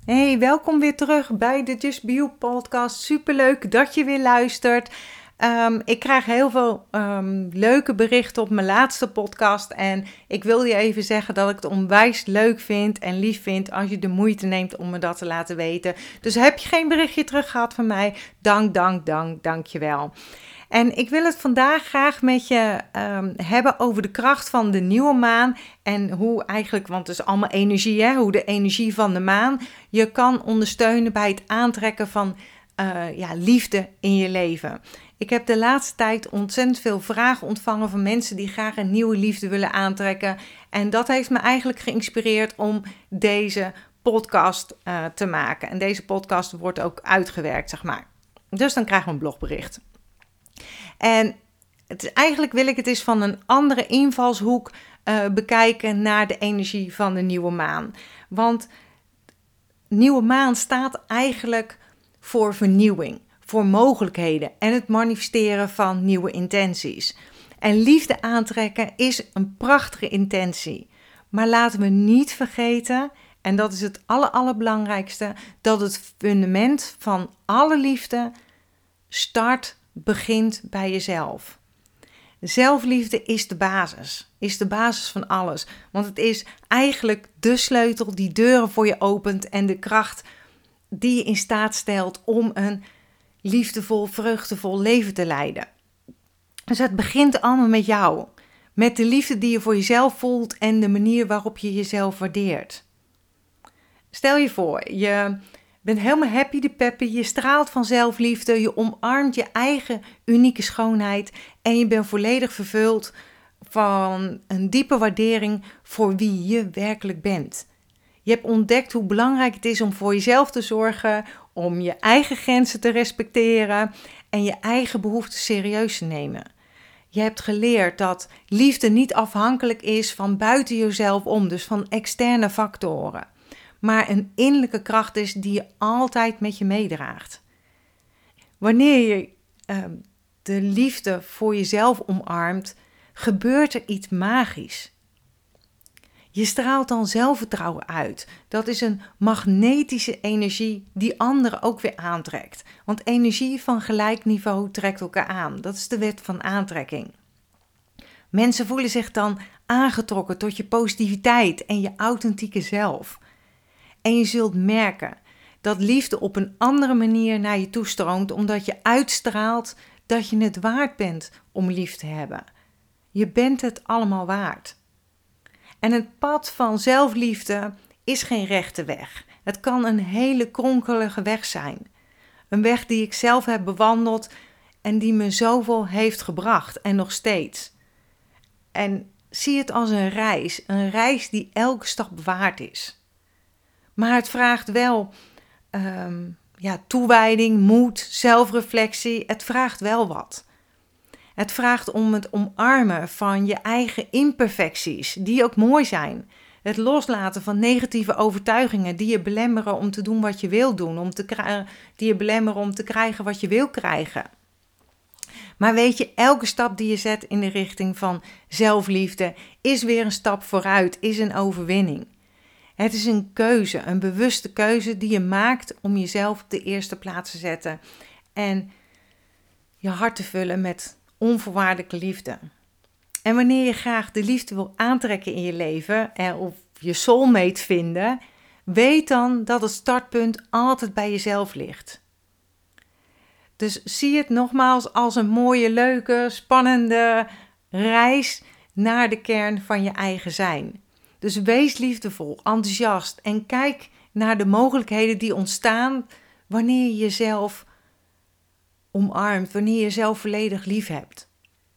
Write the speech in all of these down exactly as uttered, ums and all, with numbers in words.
Hey, welkom weer terug bij de Just Be You podcast. Superleuk dat je weer luistert. Um, ik krijg heel veel um, leuke berichten op mijn laatste podcast. En ik wil je even zeggen dat ik het onwijs leuk vind en lief vind als je de moeite neemt om me dat te laten weten. Dus heb je geen berichtje terug gehad van mij? Dank, dank, dank, dank je wel. En ik wil het vandaag graag met je um, hebben over de kracht van de nieuwe maan. En hoe eigenlijk, want het is allemaal energie, hè, hoe de energie van de maan je kan ondersteunen bij het aantrekken van uh, ja, liefde in je leven. Ik heb de laatste tijd ontzettend veel vragen ontvangen van mensen die graag een nieuwe liefde willen aantrekken. En dat heeft me eigenlijk geïnspireerd om deze podcast uh, te maken. En deze podcast wordt ook uitgewerkt, zeg maar. Dus dan krijgen we een blogbericht. En het, eigenlijk wil ik het eens van een andere invalshoek uh, bekijken naar de energie van de nieuwe maan. Want nieuwe maan staat eigenlijk voor vernieuwing, voor mogelijkheden en het manifesteren van nieuwe intenties. En liefde aantrekken is een prachtige intentie. Maar laten we niet vergeten, en dat is het aller, allerbelangrijkste, dat het fundament van alle liefde start, begint bij jezelf. Zelfliefde is de basis, is de basis van alles. Want het is eigenlijk de sleutel die deuren voor je opent en de kracht die je in staat stelt om een liefdevol, vreugdevol leven te leiden. Dus het begint allemaal met jou. Met de liefde die je voor jezelf voelt en de manier waarop je jezelf waardeert. Stel je voor, je bent helemaal happy de peppy, je straalt van zelfliefde, je omarmt je eigen unieke schoonheid en je bent volledig vervuld van een diepe waardering voor wie je werkelijk bent. Je hebt ontdekt hoe belangrijk het is om voor jezelf te zorgen, om je eigen grenzen te respecteren en je eigen behoeften serieus te nemen. Je hebt geleerd dat liefde niet afhankelijk is van buiten jezelf om, dus van externe factoren, maar een innerlijke kracht is die je altijd met je meedraagt. Wanneer je uh, de liefde voor jezelf omarmt, gebeurt er iets magisch. Je straalt dan zelfvertrouwen uit. Dat is een magnetische energie die anderen ook weer aantrekt. Want energie van gelijk niveau trekt elkaar aan. Dat is de wet van aantrekking. Mensen voelen zich dan aangetrokken tot je positiviteit en je authentieke zelf. En je zult merken dat liefde op een andere manier naar je toestroomt, omdat je uitstraalt dat je het waard bent om lief te hebben. Je bent het allemaal waard. En het pad van zelfliefde is geen rechte weg. Het kan een hele kronkelige weg zijn. Een weg die ik zelf heb bewandeld en die me zoveel heeft gebracht en nog steeds. En zie het als een reis, een reis die elke stap waard is. Maar het vraagt wel um, ja, toewijding, moed, zelfreflectie. Het vraagt wel wat. Het vraagt om het omarmen van je eigen imperfecties, die ook mooi zijn. Het loslaten van negatieve overtuigingen die je belemmeren om te doen wat je wil doen. Om te kri- die je belemmeren om te krijgen wat je wil krijgen. Maar weet je, elke stap die je zet in de richting van zelfliefde is weer een stap vooruit, is een overwinning. Het is een keuze, een bewuste keuze die je maakt om jezelf op de eerste plaats te zetten. En je hart te vullen met onvoorwaardelijke liefde. En wanneer je graag de liefde wil aantrekken in je leven of je soulmate vinden, weet dan dat het startpunt altijd bij jezelf ligt. Dus zie het nogmaals als een mooie, leuke, spannende reis naar de kern van je eigen zijn. Dus wees liefdevol, enthousiast en kijk naar de mogelijkheden die ontstaan wanneer je jezelf omarmt, wanneer je jezelf volledig lief hebt.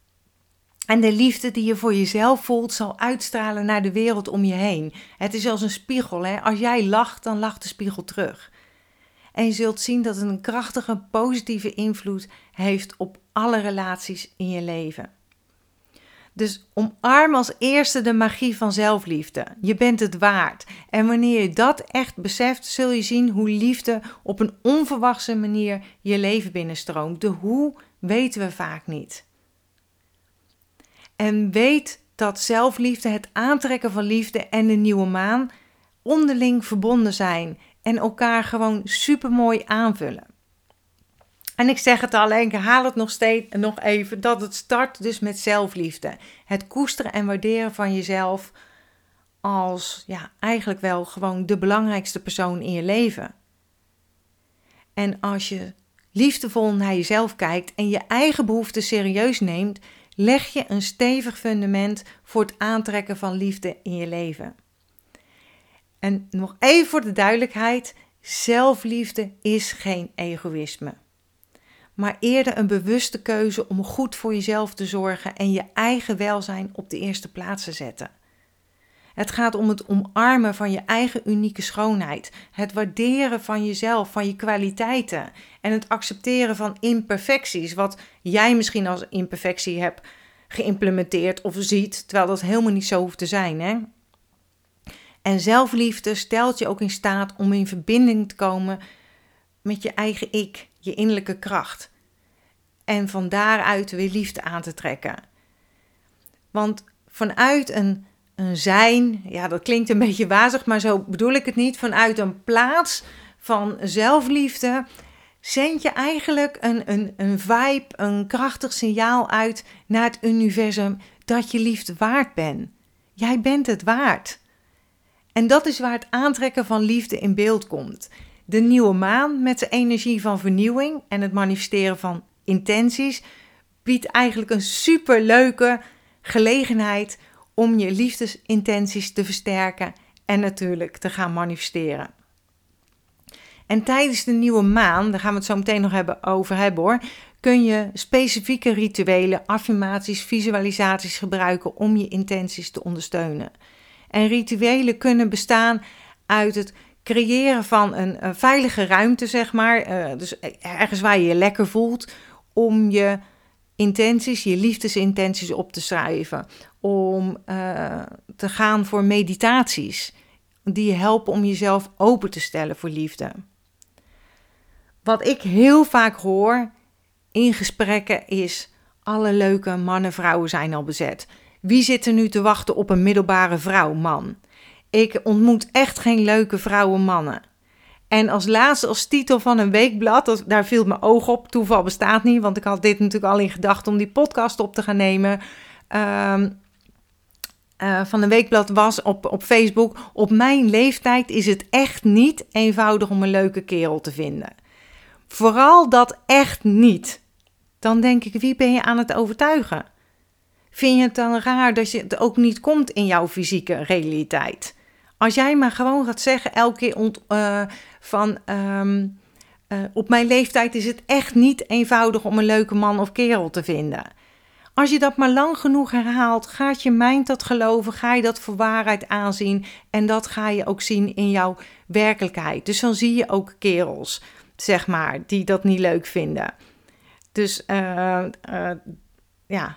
En de liefde die je voor jezelf voelt zal uitstralen naar de wereld om je heen. Het is als een spiegel, hè? Als jij lacht, dan lacht de spiegel terug. En je zult zien dat het een krachtige, positieve invloed heeft op alle relaties in je leven. Dus omarm als eerste de magie van zelfliefde. Je bent het waard. En wanneer je dat echt beseft, zul je zien hoe liefde op een onverwachte manier je leven binnenstroomt. De hoe weten we vaak niet. En weet dat zelfliefde, het aantrekken van liefde en de nieuwe maan onderling verbonden zijn. en elkaar gewoon super mooi aanvullen. En ik zeg het al, en ik herhaal het nog steeds nog even, dat het start dus met zelfliefde. Het koesteren en waarderen van jezelf als ja, eigenlijk wel gewoon de belangrijkste persoon in je leven. En als je liefdevol naar jezelf kijkt en je eigen behoeften serieus neemt, leg je een stevig fundament voor het aantrekken van liefde in je leven. En nog even voor de duidelijkheid, zelfliefde is geen egoïsme. Maar eerder een bewuste keuze om goed voor jezelf te zorgen en je eigen welzijn op de eerste plaats te zetten. Het gaat om het omarmen van je eigen unieke schoonheid, het waarderen van jezelf, van je kwaliteiten en het accepteren van imperfecties, wat jij misschien als imperfectie hebt geïmplementeerd of ziet, terwijl dat helemaal niet zo hoeft te zijn, hè? En zelfliefde stelt je ook in staat om in verbinding te komen met je eigen ik, je innerlijke kracht. En van daaruit weer liefde aan te trekken. Want vanuit een, een zijn, ja dat klinkt een beetje wazig, maar zo bedoel ik het niet. Vanuit een plaats van zelfliefde zend je eigenlijk een, een, een vibe, een krachtig signaal uit naar het universum dat je liefde waard bent. Jij bent het waard. En dat is waar het aantrekken van liefde in beeld komt. De nieuwe maan met de energie van vernieuwing en het manifesteren van intenties biedt eigenlijk een superleuke gelegenheid om je liefdesintenties te versterken en natuurlijk te gaan manifesteren. En tijdens de nieuwe maan, daar gaan we het zo meteen nog hebben, over hebben hoor, kun je specifieke rituelen, affirmaties, visualisaties gebruiken om je intenties te ondersteunen. En rituelen kunnen bestaan uit het creëren van een, een veilige ruimte, zeg maar. Uh, dus ergens waar je je lekker voelt om je intenties, je liefdesintenties op te schrijven. Om uh, te gaan voor meditaties die je helpen om jezelf open te stellen voor liefde. Wat ik heel vaak hoor in gesprekken is: alle leuke mannen, vrouwen zijn al bezet. Wie zit er nu te wachten op een middelbare vrouw, man? Ik ontmoet echt geen leuke vrouwen, mannen. En als laatste, als titel van een weekblad, daar viel mijn oog op. Toeval bestaat niet, want ik had dit natuurlijk al in gedachten om die podcast op te gaan nemen. Um, uh, van een weekblad was op, op Facebook: op mijn leeftijd is het echt niet eenvoudig om een leuke kerel te vinden. Vooral dat echt niet. Dan denk ik, wie ben je aan het overtuigen? Vind je het dan raar dat je het ook niet komt in jouw fysieke realiteit? Als jij maar gewoon gaat zeggen elke keer ont, uh, van um, uh, op mijn leeftijd is het echt niet eenvoudig om een leuke man of kerel te vinden. Als je dat maar lang genoeg herhaalt, gaat je mind dat geloven, ga je dat voor waarheid aanzien en dat ga je ook zien in jouw werkelijkheid. Dus dan zie je ook kerels, zeg maar, die dat niet leuk vinden. Dus uh, uh, ja...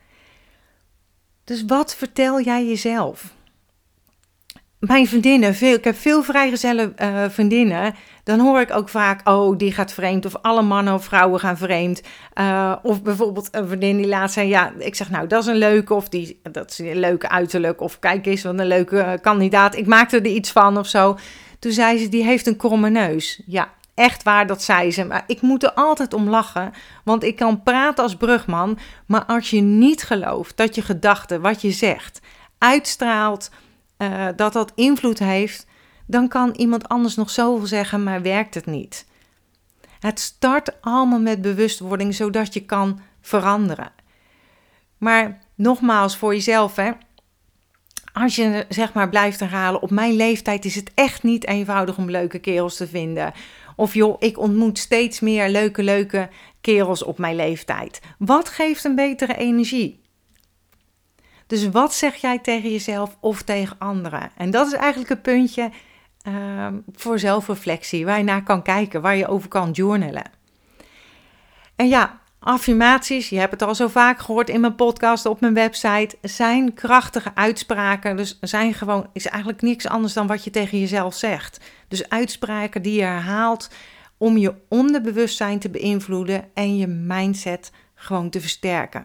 Dus wat vertel jij jezelf? Mijn vriendinnen, veel, ik heb veel vrijgezelle uh, vriendinnen. Dan hoor ik ook vaak, oh, die gaat vreemd. Of alle mannen of vrouwen gaan vreemd. Uh, of bijvoorbeeld een vriendin die laat zei, ja, ik zeg nou, dat is een leuke. Of die, dat is een leuke uiterlijk. Of kijk eens, wat een leuke uh, kandidaat. Ik maakte er iets van of zo. Toen zei ze, die heeft een kromme neus. Ja, echt waar, dat zei ze. Maar ik moet er altijd om lachen. Want ik kan praten als brugman. Maar als je niet gelooft dat je gedachten, wat je zegt, uitstraalt, uh, dat dat invloed heeft, dan kan iemand anders nog zoveel zeggen, maar werkt het niet. Het start allemaal met bewustwording, zodat je kan veranderen. Maar nogmaals voor jezelf, hè. Als je zeg maar blijft herhalen, op mijn leeftijd is het echt niet eenvoudig om leuke kerels te vinden. Of joh, ik ontmoet steeds meer leuke, leuke kerels op mijn leeftijd. Wat geeft een betere energie? Dus wat zeg jij tegen jezelf of tegen anderen? En dat is eigenlijk een puntje uh, voor zelfreflectie, waar je naar kan kijken, waar je over kan journalen. En ja, affirmaties, je hebt het al zo vaak gehoord in mijn podcast, op mijn website, zijn krachtige uitspraken. Dus zijn gewoon, is eigenlijk niks anders dan wat je tegen jezelf zegt. Dus uitspraken die je herhaalt om je onderbewustzijn te beïnvloeden en je mindset gewoon te versterken.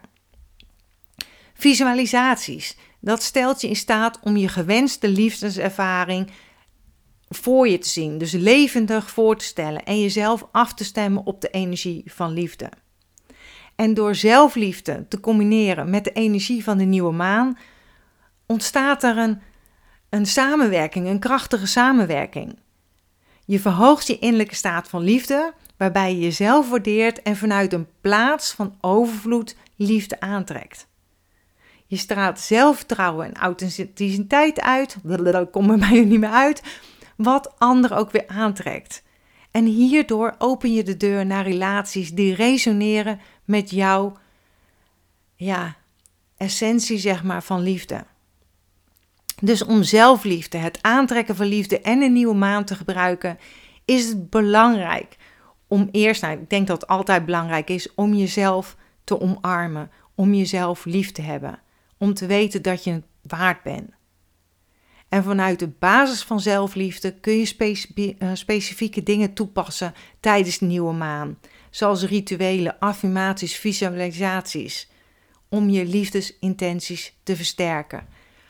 Visualisaties, dat stelt je in staat om je gewenste liefdeservaring voor je te zien. Dus levendig voor te stellen en jezelf af te stemmen op de energie van liefde. En door zelfliefde te combineren met de energie van de nieuwe maan, ontstaat er een, een samenwerking, een krachtige samenwerking. Je verhoogt je innerlijke staat van liefde, waarbij je jezelf waardeert en vanuit een plaats van overvloed liefde aantrekt. Je straalt zelfvertrouwen en authenticiteit uit, dat komt er mij niet meer uit, wat anderen ook weer aantrekt. En hierdoor open je de deur naar relaties die resoneren met jouw ja, essentie, zeg maar, van liefde. Dus om zelfliefde, het aantrekken van liefde en een nieuwe maan te gebruiken, is het belangrijk om eerst, nou, ik denk dat het altijd belangrijk is, om jezelf te omarmen, om jezelf lief te hebben, om te weten dat je het waard bent. En vanuit de basis van zelfliefde kun je specie- uh, specifieke dingen toepassen tijdens de nieuwe maan, zoals rituelen, affirmaties, visualisaties, om je liefdesintenties te versterken.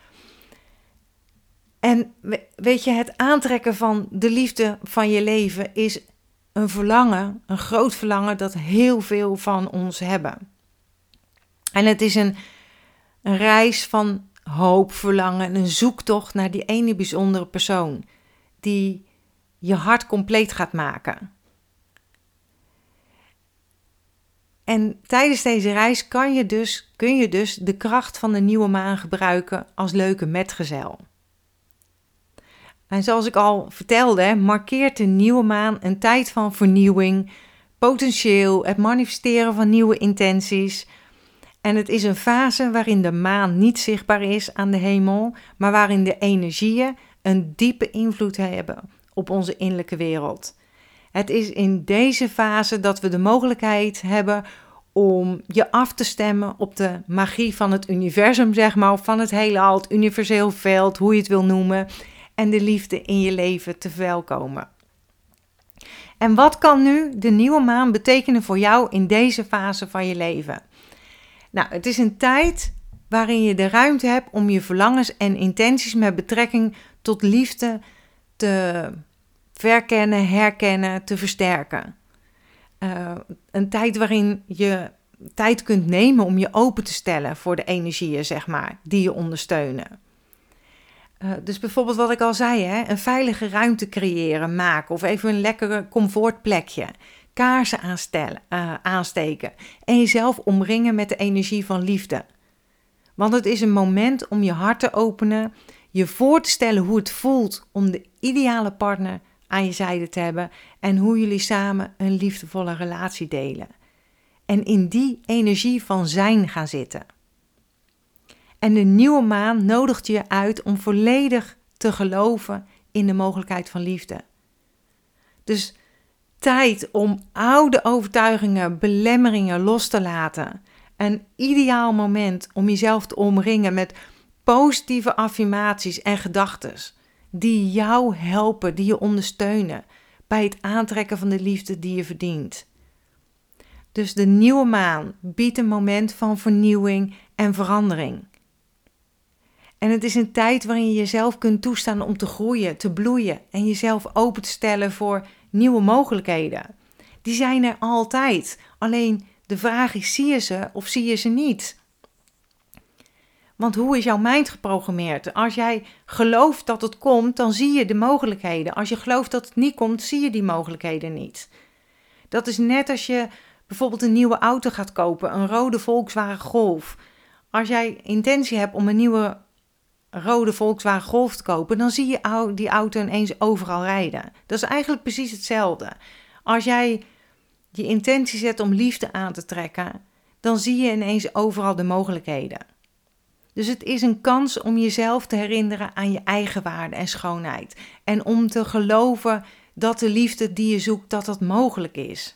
En weet je, het aantrekken van de liefde van je leven is een verlangen, een groot verlangen dat heel veel van ons hebben. En het is een, een reis van hoop, verlangen en een zoektocht naar die ene bijzondere persoon die je hart compleet gaat maken. En tijdens deze reis kan je dus, kun je dus de kracht van de nieuwe maan gebruiken als leuke metgezel. En zoals ik al vertelde, markeert de nieuwe maan een tijd van vernieuwing, potentieel, het manifesteren van nieuwe intenties. En het is een fase waarin de maan niet zichtbaar is aan de hemel, maar waarin de energieën een diepe invloed hebben op onze innerlijke wereld. Het is in deze fase dat we de mogelijkheid hebben om je af te stemmen op de magie van het universum, zeg maar, of van het heelal, het universeel veld, hoe je het wil noemen, en de liefde in je leven te verwelkomen. En wat kan nu de nieuwe maan betekenen voor jou in deze fase van je leven? Nou, het is een tijd waarin je de ruimte hebt om je verlangens en intenties met betrekking tot liefde te verkennen, herkennen, te versterken. Uh, een tijd waarin je tijd kunt nemen om je open te stellen voor de energieën, zeg maar, die je ondersteunen. Uh, dus bijvoorbeeld wat ik al zei, hè, een veilige ruimte creëren, maken of even een lekkere comfortplekje. Kaarsen aanstellen, uh, aansteken en jezelf omringen met de energie van liefde. Want het is een moment om je hart te openen, je voor te stellen hoe het voelt om de ideale partner aan je zijde te hebben en hoe jullie samen een liefdevolle relatie delen. En in die energie van zijn gaan zitten. En de nieuwe maan nodigt je uit om volledig te geloven in de mogelijkheid van liefde. Dus tijd om oude overtuigingen, belemmeringen los te laten. Een ideaal moment om jezelf te omringen met positieve affirmaties en gedachten die jou helpen, die je ondersteunen bij het aantrekken van de liefde die je verdient. Dus de nieuwe maan biedt een moment van vernieuwing en verandering. En het is een tijd waarin je jezelf kunt toestaan om te groeien, te bloeien en jezelf open te stellen voor nieuwe mogelijkheden. Die zijn er altijd. Alleen de vraag is, zie je ze of zie je ze niet? Want hoe is jouw mind geprogrammeerd? Als jij gelooft dat het komt, dan zie je de mogelijkheden. Als je gelooft dat het niet komt, zie je die mogelijkheden niet. Dat is net als je bijvoorbeeld een nieuwe auto gaat kopen, een rode Volkswagen Golf. Als jij intentie hebt om een nieuwe rode Volkswagen Golf te kopen, dan zie je die auto ineens overal rijden. Dat is eigenlijk precies hetzelfde. Als jij je intentie zet om liefde aan te trekken, dan zie je ineens overal de mogelijkheden. Dus het is een kans om jezelf te herinneren aan je eigen waarde en schoonheid. En om te geloven dat de liefde die je zoekt, dat dat mogelijk is.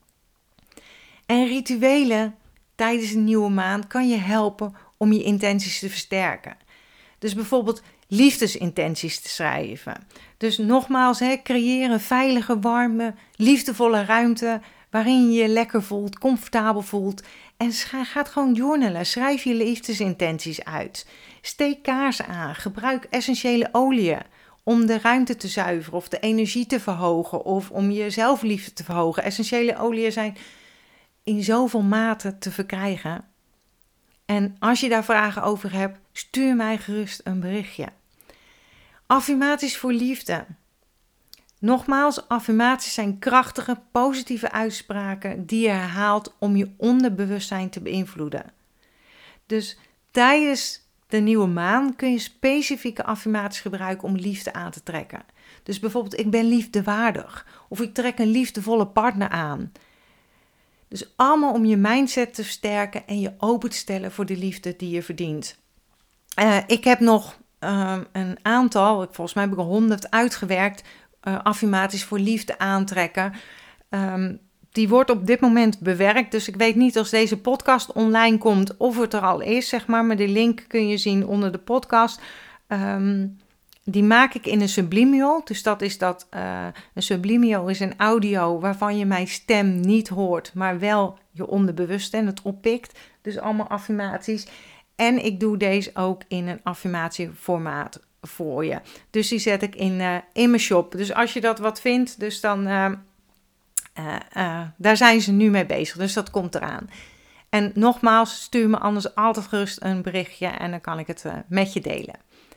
En rituelen tijdens een nieuwe maand kan je helpen om je intenties te versterken. Dus bijvoorbeeld liefdesintenties te schrijven. Dus nogmaals, hè, creëer een veilige, warme, liefdevolle ruimte waarin je je lekker voelt, comfortabel voelt. En ga gewoon journalen. Schrijf je liefdesintenties uit. Steek kaarsen aan. Gebruik essentiële oliën om de ruimte te zuiveren of de energie te verhogen of om je zelfliefde te verhogen. Essentiële oliën zijn in zoveel mate te verkrijgen. En als je daar vragen over hebt, stuur mij gerust een berichtje. Affirmaties voor liefde. Nogmaals, affirmaties zijn krachtige, positieve uitspraken die je herhaalt om je onderbewustzijn te beïnvloeden. Dus tijdens de nieuwe maan kun je specifieke affirmaties gebruiken om liefde aan te trekken. Dus bijvoorbeeld, ik ben liefdewaardig of ik trek een liefdevolle partner aan. Dus allemaal om je mindset te versterken en je open te stellen voor de liefde die je verdient. Uh, ik heb nog uh, een aantal, volgens mij heb ik er honderd uitgewerkt, uh, affirmaties voor liefde aantrekken. Um, die wordt op dit moment bewerkt, dus ik weet niet als deze podcast online komt of het er al is, zeg maar. Maar de link kun je zien onder de podcast. Um, Die maak ik in een Subliminal. Dus dat is dat, uh, een Subliminal is een audio waarvan je mijn stem niet hoort, maar wel je onderbewustzijn het oppikt. Dus allemaal affirmaties. En ik doe deze ook in een affirmatieformaat voor je. Dus die zet ik in, uh, in mijn shop. Dus als je dat wat vindt, dus dan, uh, uh, uh, daar zijn ze nu mee bezig. Dus dat komt eraan. En nogmaals, stuur me anders altijd gerust een berichtje en dan kan ik het uh, met je delen.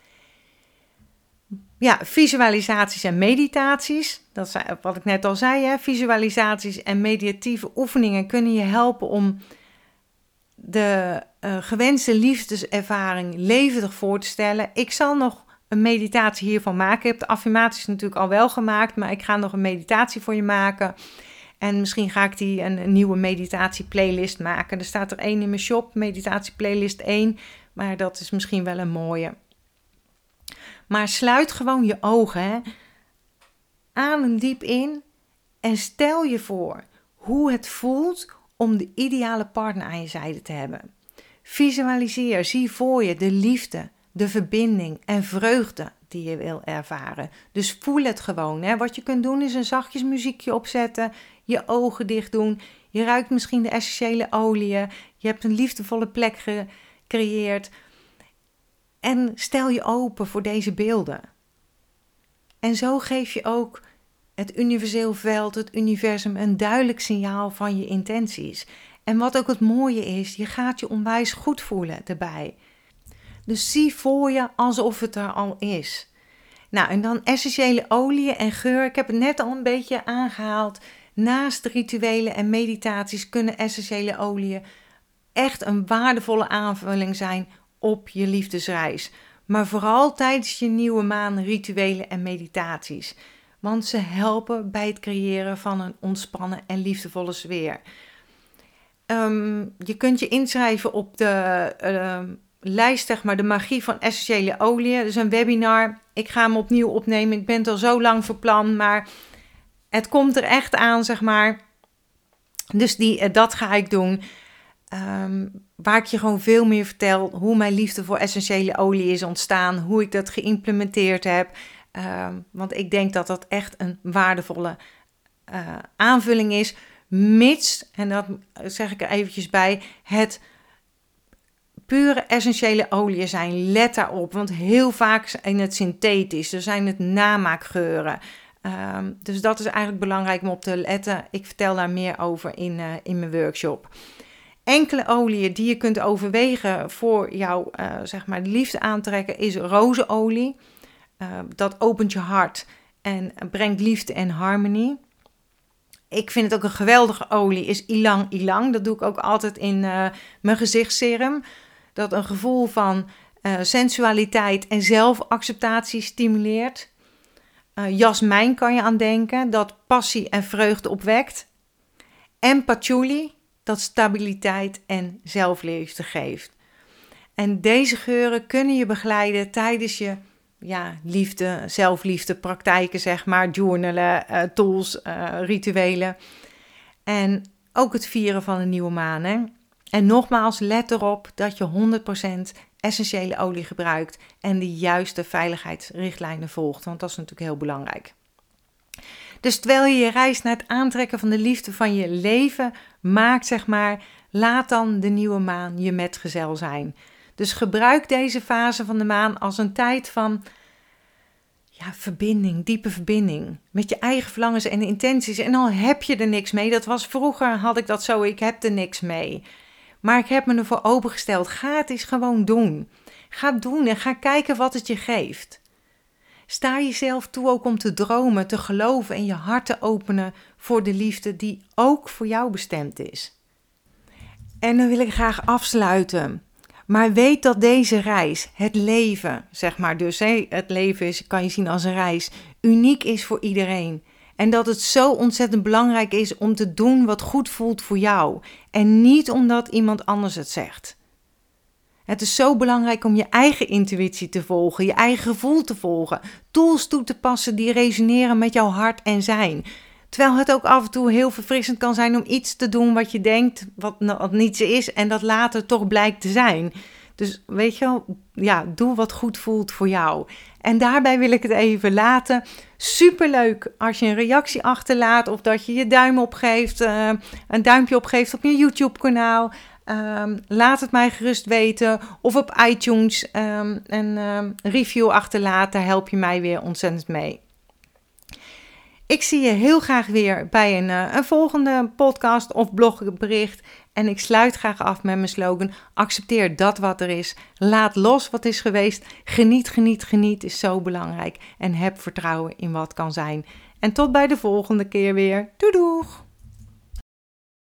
Ja, visualisaties en meditaties. Dat is wat ik net al zei. Hè? Visualisaties en meditatieve oefeningen kunnen je helpen om de uh, gewenste liefdeservaring levendig voor te stellen. Ik zal nog een meditatie hiervan maken. Ik heb de affirmaties natuurlijk al wel gemaakt, maar ik ga nog een meditatie voor je maken. En misschien ga ik die een, een nieuwe meditatieplaylist maken. Er staat er één in mijn shop, meditatieplaylist één. Maar dat is misschien wel een mooie. Maar sluit gewoon je ogen, hè. Adem diep in en stel je voor hoe het voelt om de ideale partner aan je zijde te hebben. Visualiseer, zie voor je de liefde, de verbinding en vreugde die je wil ervaren. Dus voel het gewoon. Hè. Wat je kunt doen is een zachtjes muziekje opzetten, je ogen dicht doen. Je ruikt misschien de essentiële oliën. Je hebt een liefdevolle plek gecreëerd. En stel je open voor deze beelden. En zo geef je ook het universeel veld, het universum, een duidelijk signaal van je intenties. En wat ook het mooie is, je gaat je onwijs goed voelen erbij. Dus zie voor je alsof het er al is. Nou, en dan essentiële oliën en geur. Ik heb het net al een beetje aangehaald. Naast rituelen en meditaties kunnen essentiële oliën echt een waardevolle aanvulling zijn op je liefdesreis. Maar vooral tijdens je nieuwe maan rituelen en meditaties. Want ze helpen bij het creëren van een ontspannen en liefdevolle sfeer. Um, je kunt je inschrijven op de uh, lijst, zeg maar, de magie van essentiële oliën. Dus een webinar. Ik ga hem opnieuw opnemen. Ik ben het al zo lang verplan, maar het komt er echt aan, zeg maar. Dus die, uh, dat ga ik doen. Um, waar ik je gewoon veel meer vertel hoe mijn liefde voor essentiële olie is ontstaan, hoe ik dat geïmplementeerd heb. Um, want ik denk dat dat echt een waardevolle uh, aanvulling is, mits, en dat zeg ik er eventjes bij, het pure essentiële oliën zijn. Let daarop, want heel vaak zijn het synthetisch, er zijn het namaakgeuren. Um, dus dat is eigenlijk belangrijk om op te letten. Ik vertel daar meer over in, uh, in mijn workshop. Enkele oliën die je kunt overwegen voor jouw uh, zeg maar liefde aantrekken is rozenolie. Uh, dat opent je hart en brengt liefde en harmonie. Ik vind het ook een geweldige olie is ylang ylang. Dat doe ik ook altijd in uh, mijn gezichtsserum. Dat een gevoel van uh, sensualiteit en zelfacceptatie stimuleert. Uh, jasmijn kan je aan denken, dat passie en vreugde opwekt. En patchouli, dat stabiliteit en zelfliefde geeft. En deze geuren kunnen je begeleiden tijdens je ja, liefde, zelfliefde praktijken, zeg maar, journalen, uh, tools, uh, rituelen. En ook het vieren van een nieuwe maan. Hè? En nogmaals, let erop dat je honderd procent essentiële olie gebruikt en de juiste veiligheidsrichtlijnen volgt, want dat is natuurlijk heel belangrijk. Dus terwijl je je reis naar het aantrekken van de liefde van je leven maakt, zeg maar, laat dan de nieuwe maan je metgezel zijn. Dus gebruik deze fase van de maan als een tijd van, ja, verbinding, diepe verbinding met je eigen verlangens en intenties. En al heb je er niks mee, dat was vroeger, had ik dat zo, ik heb er niks mee. Maar ik heb me ervoor opengesteld, ga het eens gewoon doen. Ga doen en ga kijken wat het je geeft. Sta jezelf toe ook om te dromen, te geloven en je hart te openen voor de liefde die ook voor jou bestemd is. En dan wil ik graag afsluiten. Maar weet dat deze reis, het leven, zeg maar dus, hè, het leven is, kan je zien als een reis, uniek is voor iedereen. En dat het zo ontzettend belangrijk is om te doen wat goed voelt voor jou. En niet omdat iemand anders het zegt. Het is zo belangrijk om je eigen intuïtie te volgen, je eigen gevoel te volgen. Tools toe te passen die resoneren met jouw hart en zijn. Terwijl het ook af en toe heel verfrissend kan zijn om iets te doen wat je denkt wat, wat niets is en dat later toch blijkt te zijn. Dus weet je wel, ja, doe wat goed voelt voor jou. En daarbij wil ik het even laten. Superleuk als je een reactie achterlaat of dat je je duim opgeeft, uh, een duimpje opgeeft op je YouTube kanaal. Um, laat het mij gerust weten of op iTunes um, een um, review achterlaten. Daar help je mij weer ontzettend mee. Ik zie je heel graag weer bij een, uh, een volgende podcast of blogbericht. En ik sluit graag af met mijn slogan: accepteer dat wat er is. Laat los wat is geweest. Geniet, geniet, geniet is zo belangrijk. En heb vertrouwen in wat kan zijn. En tot bij de volgende keer weer. Doei doeg!